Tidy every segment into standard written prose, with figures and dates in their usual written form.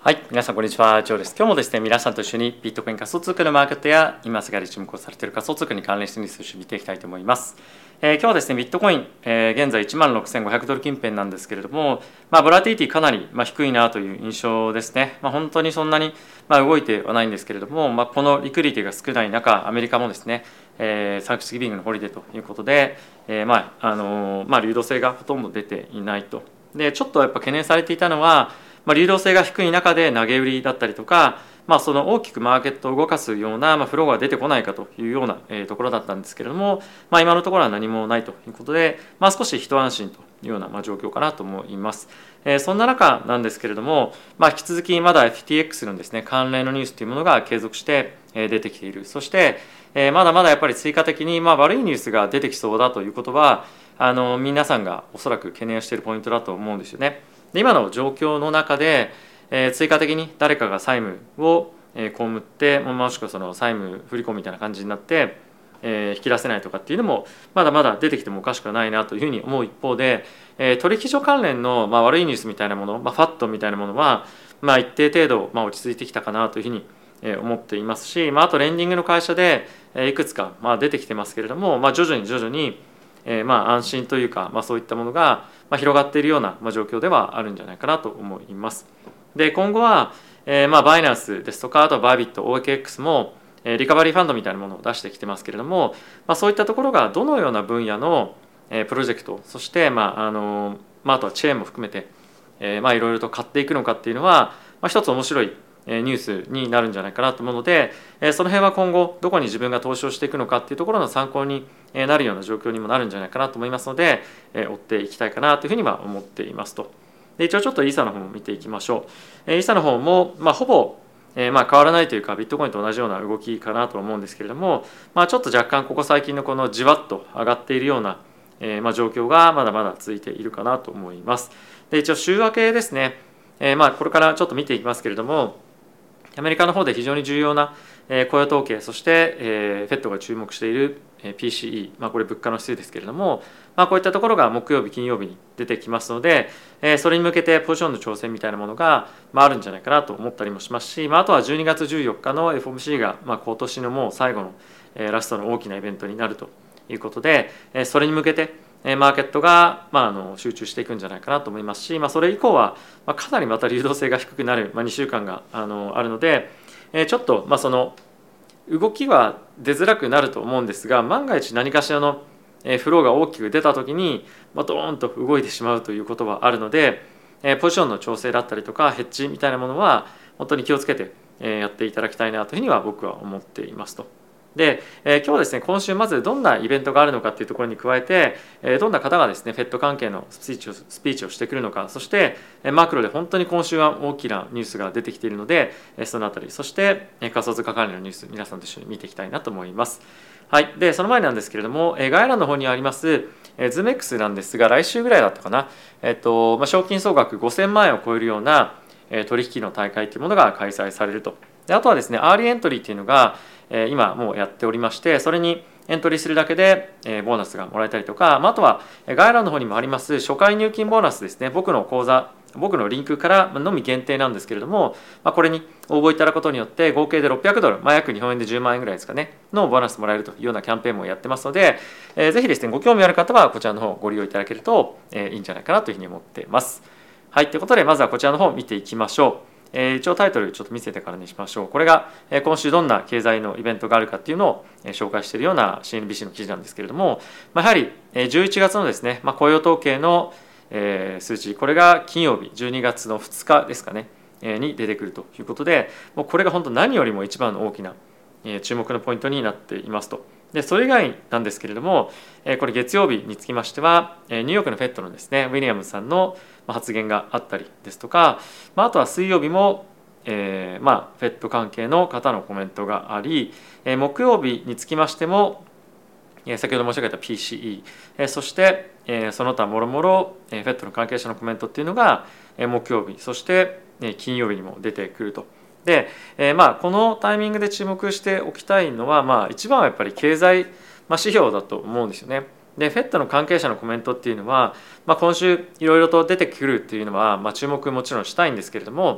はい、皆さんこんにちは、ジョーです。今日もですね、皆さんと一緒にビットコイン仮想通貨のマーケットや今すぐに注目をされている仮想通貨に関連してニュースを見ていきたいと思います。今日はですね、ビットコイン、現在16,500ドル近辺なんですけれども、ボラティリティかなり低いなという印象ですね。本当にそんなに動いてはないんですけれども、このリクリティが少ない中、アメリカもですね、サンクスギビングのホリデーということで、流動性がほとんど出ていないと。で、ちょっとやっぱ懸念されていたのは、流動性が低い中で投げ売りだったりとか、その大きくマーケットを動かすようなフローが出てこないかというようなところだったんですけれども、今のところは何もないということで、少し一安心というような状況かなと思います。そんな中なんですけれども、引き続きまだ FTX のですね、関連のニュースというものが継続して出てきている。そしてまだまだやっぱり追加的に悪いニュースが出てきそうだということは、皆さんがおそらく懸念しているポイントだと思うんですよね。で、今の状況の中で、追加的に誰かが債務を被って、もしくはその債務振り込みみたいな感じになって、引き出せないとかっていうのもまだまだ出てきてもおかしくないなというふうに思う一方で、取引所関連の悪いニュースみたいなもの、ファットみたいなものは一定程度落ち着いてきたかなというふうに思っていますし、あとレンディングの会社でいくつか出てきてますけれども、徐々に安心というか、そういったものが広がっているような状況ではあるんじゃないかなと思います。で、今後はバイナンスですとか、あとはバイビット OKX もリカバリーファンドみたいなものを出してきてますけれども、そういったところがどのような分野のプロジェクト、そしてあとはチェーンも含めていろいろと買っていくのかっていうのは一つ面白いニュースになるんじゃないかなと思うので、その辺は今後どこに自分が投資をしていくのかっていうところの参考になるような状況にもなるんじゃないかなと思いますので、追っていきたいかなというふうには思っていますと。で、一応ちょっとイーサの方も見ていきましょう。イーサの方もほぼ変わらないというか、ビットコインと同じような動きかなと思うんですけれども、ちょっと若干ここ最近のこのじわっと上がっているような状況がまだまだ続いているかなと思います。で、一応週明けですね、これからちょっと見ていきますけれども、アメリカの方で非常に重要な雇用統計、そしてフェットが注目している PCE、これ物価の指数ですけれども、こういったところが木曜日金曜日に出てきますので、それに向けてポジションの調整みたいなものがあるんじゃないかなと思ったりもしますし、あとは12月14日の FOMC が今年のもう最後のラストの大きなイベントになるということで、それに向けてマーケットが集中していくんじゃないかなと思いますし、それ以降はかなりまた流動性が低くなる2週間があるので、ちょっとその動きは出づらくなると思うんですが、万が一何かしらのフローが大きく出た時にドーンと動いてしまうということはあるので、ポジションの調整だったりとかヘッジみたいなものは本当に気をつけてやっていただきたいなというふうには僕は思っていますと。で、今日はですね、今週まずどんなイベントがあるのかっていうところに加えて、どんな方がですね、フェット関係のスピーチをしてくるのか、そしてマクロで本当に今週は大きなニュースが出てきているので、そのあたり、そして仮想通貨関連のニュース、皆さんと一緒に見ていきたいなと思います。はい、でその前なんですけれども、概要欄の方にありますZoomX なんですが、来週ぐらいだったかな、賞金総額5000万円を超えるような取引の大会というものが開催されると。で、あとはですね、アーリーエントリーというのが今もうやっておりまして、それにエントリーするだけでボーナスがもらえたりとか、あとは概要欄の方にもあります初回入金ボーナスですね。僕の口座、僕のリンクからのみ限定なんですけれども、これに応募いただくことによって合計で600ドル、約日本円で10万円ぐらいですかね、のボーナスもらえるというようなキャンペーンもやってますので、ぜひですね、ご興味ある方はこちらの方ご利用いただけるといいんじゃないかなというふうに思っています。はい、ということでまずはこちらの方を見ていきましょう。一応タイトルちょっと見せてからにしましょう。これが今週どんな経済のイベントがあるかっていうのを紹介しているような CNBC の記事なんですけれども、やはり11月のですね、雇用統計の数値、これが金曜日12月の2日ですかねに出てくるということで、もうこれが本当何よりも一番の大きな注目のポイントになっていますと。で、それ以外なんですけれども、これ月曜日につきましてはニューヨークのフェットのですね、ウィリアムズさんの発言があったりですとか、あとは水曜日もフェット関係の方のコメントがあり、木曜日につきましても先ほど申し上げた PCE、そしてその他もろもろフェットの関係者のコメントっていうのが木曜日、そして金曜日にも出てくると。で、このタイミングで注目しておきたいのは、一番はやっぱり経済指標だと思うんですよね。で、フェットの関係者のコメントっていうのは、今週いろいろと出てくるっていうのは、注目もちろんしたいんですけれども、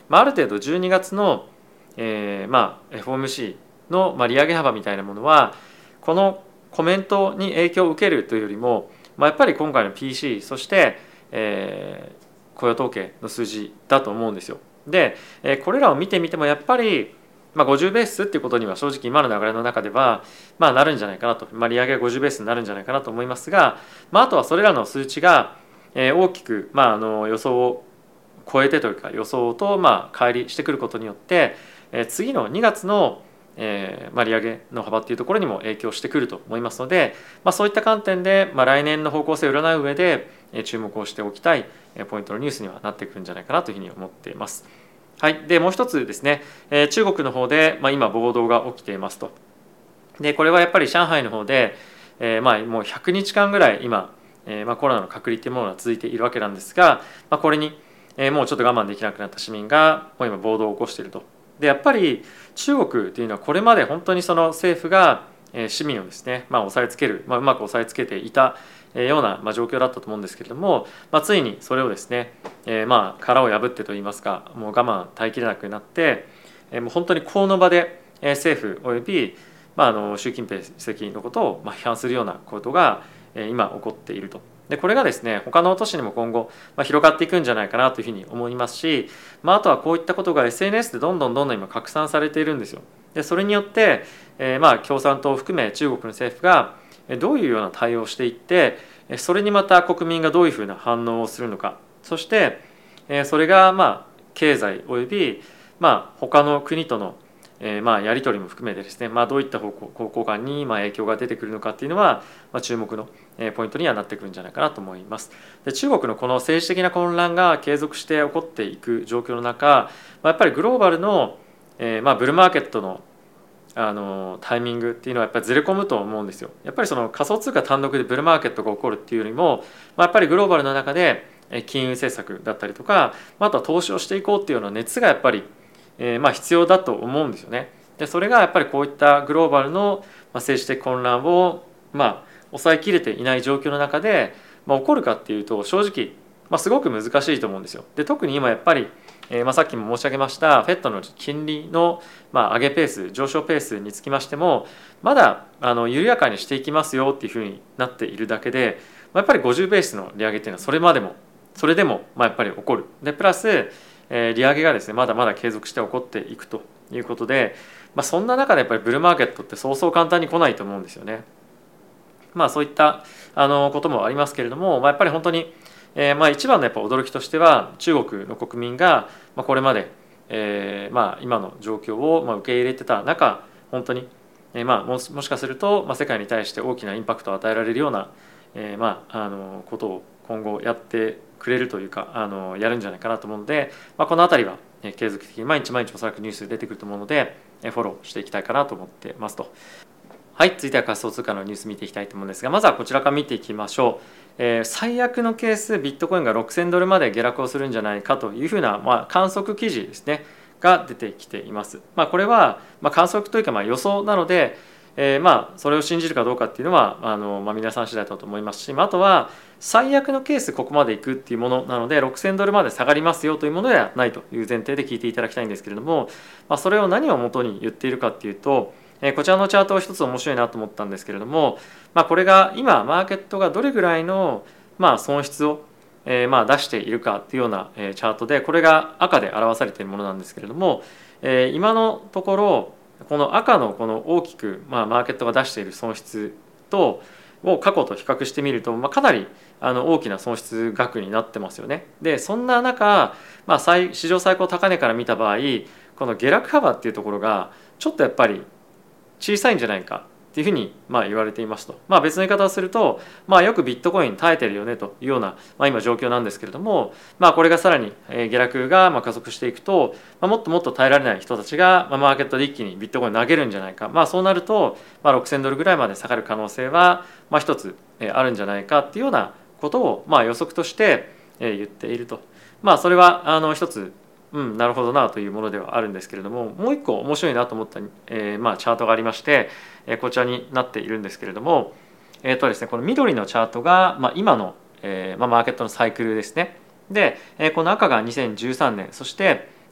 ある程度12月の、FOMC の、利上げ幅みたいなものはこのコメントに影響を受けるというよりも、やっぱり今回の PC そして、雇用統計の数字だと思うんですよ。で、これらを見てみてもやっぱり、50ベースっていうことには正直今の流れの中では、なるんじゃないかなと、利上げ50ベースになるんじゃないかなと思いますが、あとはそれらの数値が大きく、予想を超えてというか予想と乖離してくることによって次の2月の利上げの幅っていうところにも影響してくると思いますので、そういった観点で来年の方向性を占う上で注目をしておきたいポイントのニュースにはなってくるんじゃないかなというふうに思っています。はい、でもう一つですね、中国の方で今暴動が起きていますと。でこれはやっぱり上海の方でもう100日間ぐらい今コロナの隔離というものが続いているわけなんですが、これにもうちょっと我慢できなくなった市民がもう今暴動を起こしていると。でやっぱり中国というのはこれまで本当にその政府が市民をですね、押さえつける、うまく押さえつけていたような状況だったと思うんですけれども、ついにそれをですね、殻を破ってといいますか、もう我慢耐えきれなくなって、もう本当に公の場で政府および習近平主席のことを批判するようなことが今起こっていると。でこれがですね他の都市にも今後広がっていくんじゃないかなというふうに思いますし、あとはこういったことが SNS でどんどん今拡散されているんですよ。でそれによって共産党を含め中国の政府がどういうような対応をしていってそれにまた国民がどういうふうな反応をするのか、そしてそれが経済および他の国とのやり取りも含めてですね、どういった方向感に影響が出てくるのかっていうのは注目のポイントにはなってくるんじゃないかなと思います。で中国のこの政治的な混乱が継続して起こっていく状況の中、やっぱりグローバルのブルーマーケットのタイミングっていうのはやっぱりずれ込むと思うんですよ。やっぱりその仮想通貨単独でブルーマーケットが起こるっていうよりも、やっぱりグローバルの中で金融政策だったりとか、あとは投資をしていこうっていうような熱がやっぱり必要だと思うんですよね。でそれがやっぱりこういったグローバルの政治的混乱を抑えきれていない状況の中で起こるかっていうと正直すごく難しいと思うんですよ。で特に今やっぱりさっきも申し上げました FED の金利の上げペース上昇ペースにつきましてもまだ緩やかにしていきますよっていうふうになっているだけでやっぱり50ベースの利上げっていうのはそれでもやっぱり起こる。でプラス利上げがですねまだまだ継続して起こっていくということで、そんな中でやっぱりブルーマーケットってそうそう簡単に来ないと思うんですよね。そういったこともありますけれども、やっぱり本当に一番のやっぱ驚きとしては中国の国民がこれまで今の状況を受け入れてた中本当にもしかすると世界に対して大きなインパクトを与えられるようなことを今後やってくれるというかやるんじゃないかなと思うので、この辺りは継続的に毎日おそらくニュース出てくると思うのでフォローしていきたいかなと思ってますと。はい、続いては仮想通貨のニュース見ていきたいと思うんですが、まずはこちらから見ていきましょう。最悪のケースビットコインが6000ドルまで下落をするんじゃないかというふうな、観測記事ですねが出てきています。これは、観測というか予想なので、それを信じるかどうかっていうのは皆さん次第だと思いますし、あとは最悪のケースここまでいくっていうものなので6000ドルまで下がりますよというものではないという前提で聞いていただきたいんですけれども、それを何をもとに言っているかっていうとこちらのチャートを一つ面白いなと思ったんですけれども、これが今マーケットがどれぐらいの損失を出しているかっていうようなチャートでこれが赤で表されているものなんですけれども、今のところこの赤のこの大きくマーケットが出している損失を過去と比較してみるとかなり大きな損失額になってますよね。でそんな中史上最高高値から見た場合この下落幅っていうところがちょっとやっぱり小さいんじゃないかっていうふうに言われていますと。別の言い方をするとよくビットコイン耐えてるよねというような今状況なんですけれども、これがさらに下落が加速していくともっともっと耐えられない人たちがマーケットで一気にビットコイン投げるんじゃないか、そうなると6000ドルぐらいまで下がる可能性は一つあるんじゃないかっていうようなことを予測として言っていると。それは一つなるほどなというものではあるんですけれども、もう一個面白いなと思った、チャートがありまして、こちらになっているんですけれども、ですね、この緑のチャートが、今の、マーケットのサイクルですね。で、この赤が2013年そして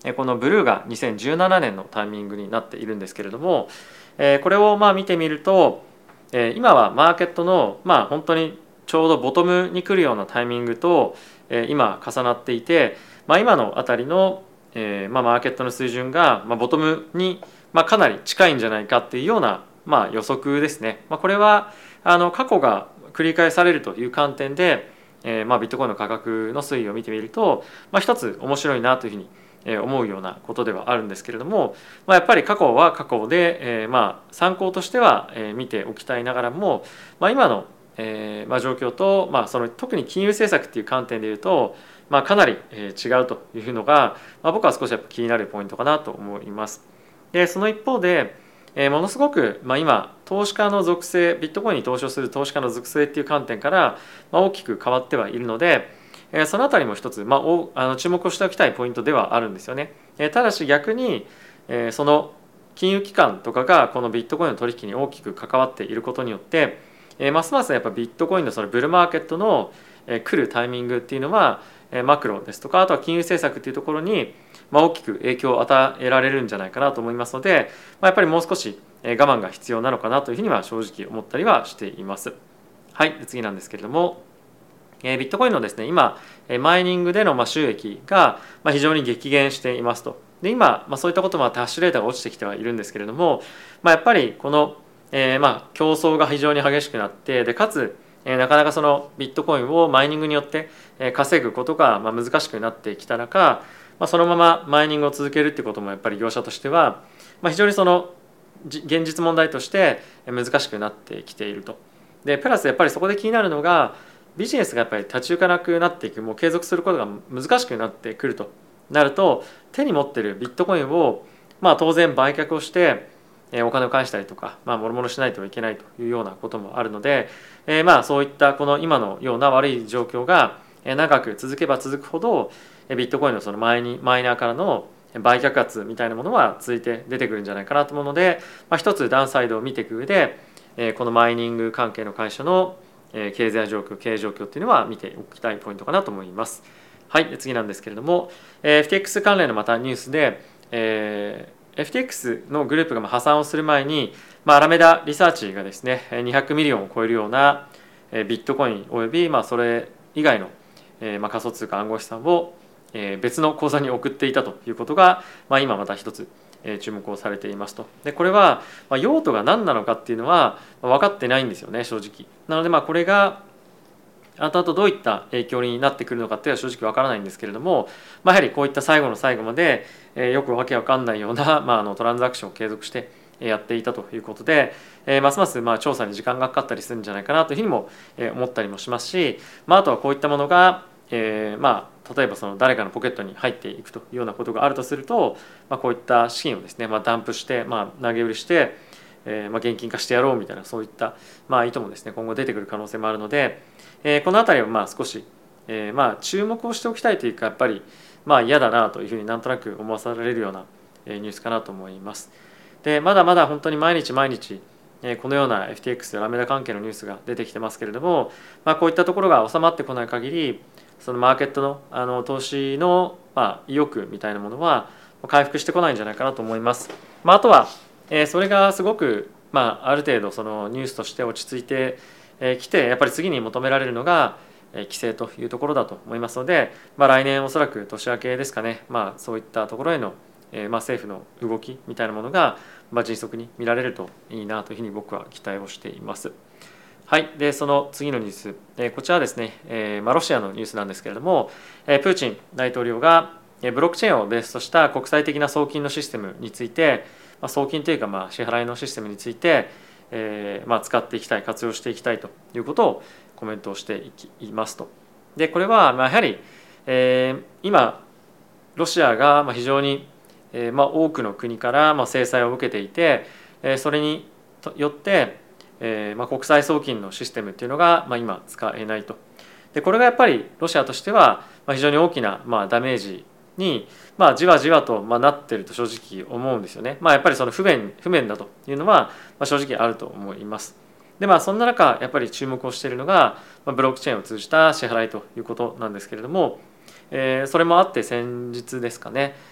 このブルーが2017年のタイミングになっているんですけれども、これを見てみると、今はマーケットの本当にちょうどボトムに来るようなタイミングと今重なっていて、今のあたりのマーケットの水準がボトムにかなり近いんじゃないかっていうような予測ですね。これは過去が繰り返されるという観点でビットコインの価格の推移を見てみると一つ面白いなというふうに思うようなことではあるんですけれども、やっぱり過去は過去で参考としては見ておきたいながらも今の状況とその特に金融政策っていう観点でいうとかなり違うというのが僕は少しやっぱ気になるポイントかなと思います。でその一方でものすごく今投資家の属性、ビットコインに投資をする投資家の属性っていう観点から大きく変わってはいるので、そのあたりも一つ注目をしておきたいポイントではあるんですよね。ただし逆にその金融機関とかがこのビットコインの取引に大きく関わっていることによってますますやっぱビットコインのそのブルーマーケットの来るタイミングっていうのはマクロですとかあとは金融政策っていうところに大きく影響を与えられるんじゃないかなと思いますので、やっぱりもう少し我慢が必要なのかなというふうには正直思ったりはしています。はい、次なんですけれども、ビットコインのですね今マイニングでの収益が非常に激減していますと。で今そういったこともあってハッシュレートが落ちてきてはいるんですけれども、やっぱりこの競争が非常に激しくなってでかつなかなかそのビットコインをマイニングによって稼ぐことが難しくなってきた中、そのままマイニングを続けるっていうこともやっぱり業者としては非常にその現実問題として難しくなってきていると。でプラスやっぱりそこで気になるのがビジネスがやっぱり立ち行かなくなっていく、もう継続することが難しくなってくるとなると手に持ってるビットコインを当然売却をしてお金を返したりとかもろもろしないといけないというようなこともあるので、そういったこの今のような悪い状況が長く続けば続くほどビットコインのそのマイナーからの売却圧みたいなものは続いて出てくるんじゃないかなと思うので、一つダウンサイドを見ていく上でこのマイニング関係の会社の経済状況、経営状況っていうのは見ておきたいポイントかなと思います。はい、次なんですけれども、FTX 関連のまたニュースで、FTX のグループが破産をする前に、アラメダリサーチがですね200ミリオンを超えるようなビットコインおよびそれ以外の仮想通貨暗号資産を別の口座に送っていたということが今また一つ注目をされていますと。でこれは用途が何なのかっていうのは分かってないんですよね、正直。なのでこれが後々どういった影響になってくるのかっていうのは正直分からないんですけれども、やはりこういった最後の最後までよくわけわかんないようなトランザクションを継続してやっていたということで、ますます調査に時間がかかったりするんじゃないかなというふうにも思ったりもしますし、あとはこういったものが例えばその誰かのポケットに入っていくというようなことがあるとすると、こういった資金をですね、ダンプして、投げ売りして、現金化してやろうみたいなそういった意図もですね今後出てくる可能性もあるので、この辺りは少し注目をしておきたいというか、やっぱり嫌だなというふうになんとなく思わされるようなニュースかなと思います。でまだまだ本当に毎日毎日このような FTX やラメダ関係のニュースが出てきてますけれども、こういったところが収まってこない限りそのマーケットの投資の意欲みたいなものは回復してこないんじゃないかなと思います。あとはそれがすごくある程度そのニュースとして落ち着いてきて、やっぱり次に求められるのが規制というところだと思いますので、来年おそらく年明けですかね、そういったところへの政府の動きみたいなものが迅速に見られるといいなというふうに僕は期待をしています。はい、でその次のニュース、こちらはですね、ロシアのニュースなんですけれども、プーチン大統領がブロックチェーンをベースとした国際的な送金のシステムについて、送金というか支払いのシステムについて、使っていきたい、活用していきたいということをコメントをしていますと。でこれはやはり今ロシアが非常に多くの国から制裁を受けていて、それによって国際送金のシステムっていうのが今使えないと。でこれがやっぱりロシアとしては非常に大きなダメージにじわじわとなっていると正直思うんですよね。やっぱりその不便だというのは正直あると思います。でそんな中やっぱり注目をしているのがブロックチェーンを通じた支払いということなんですけれども、それもあって先日ですかね、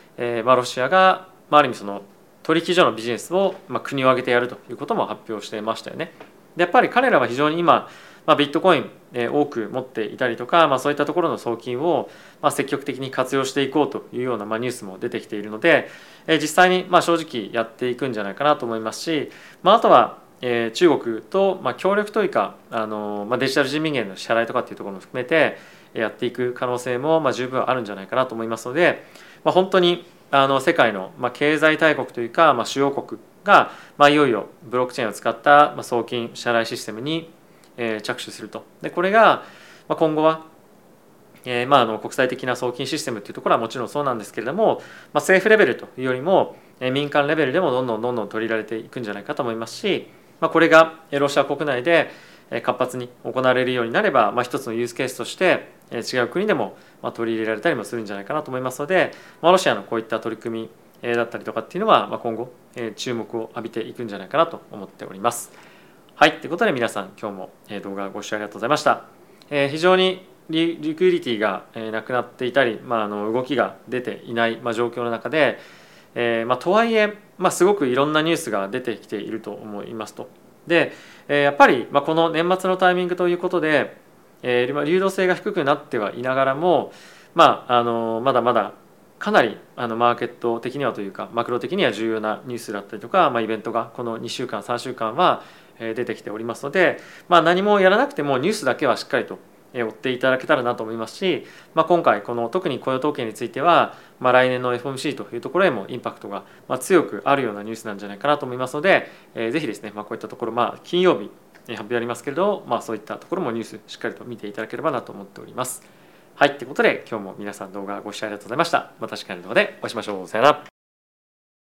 ロシアが、ある意味その取引所のビジネスを、国を挙げてやるということも発表してましたよね。でやっぱり彼らは非常に今、ビットコイン多く持っていたりとか、そういったところの送金を積極的に活用していこうというようなニュースも出てきているので、実際に正直やっていくんじゃないかなと思いますし、あとは中国と協力というかデジタル人民元の支払いとかっていうところも含めてやっていく可能性も十分あるんじゃないかなと思いますので、本当に世界の経済大国というか主要国がいよいよブロックチェーンを使った送金支払いシステムに着手すると。でこれが今後は国際的な送金システムっていうところはもちろんそうなんですけれども、政府レベルというよりも民間レベルでもどんどん取り入れられていくんじゃないかと思いますし、これがロシア国内で活発に行われるようになれば、一つのユースケースとして違う国でも取り入れられたりもするんじゃないかなと思いますので、ロシアのこういった取り組みだったりとかっていうのは今後注目を浴びていくんじゃないかなと思っております。はい、ということで皆さん今日も動画ご視聴ありがとうございました。非常にリクイリティがなくなっていたり、動きが出ていない状況の中で、とはいえ、すごくいろんなニュースが出てきていると思いますと。でやっぱりこの年末のタイミングということで流動性が低くなってはいながらも、まだまだかなりマーケット的にはというかマクロ的には重要なニュースだったりとか、イベントがこの2週間3週間は出てきておりますので、何もやらなくてもニュースだけはしっかりと追っていただけたらなと思いますし、今回この特に雇用統計については、来年の FOMC というところへもインパクトが強くあるようなニュースなんじゃないかなと思いますので、ぜひですね、こういったところ、金曜日発表ありますけれど、そういったところもニュースしっかりと見ていただければなと思っております。はい、ということで今日も皆さん動画ご視聴ありがとうございました。また次回の動画でお会いしましょう。さよなら。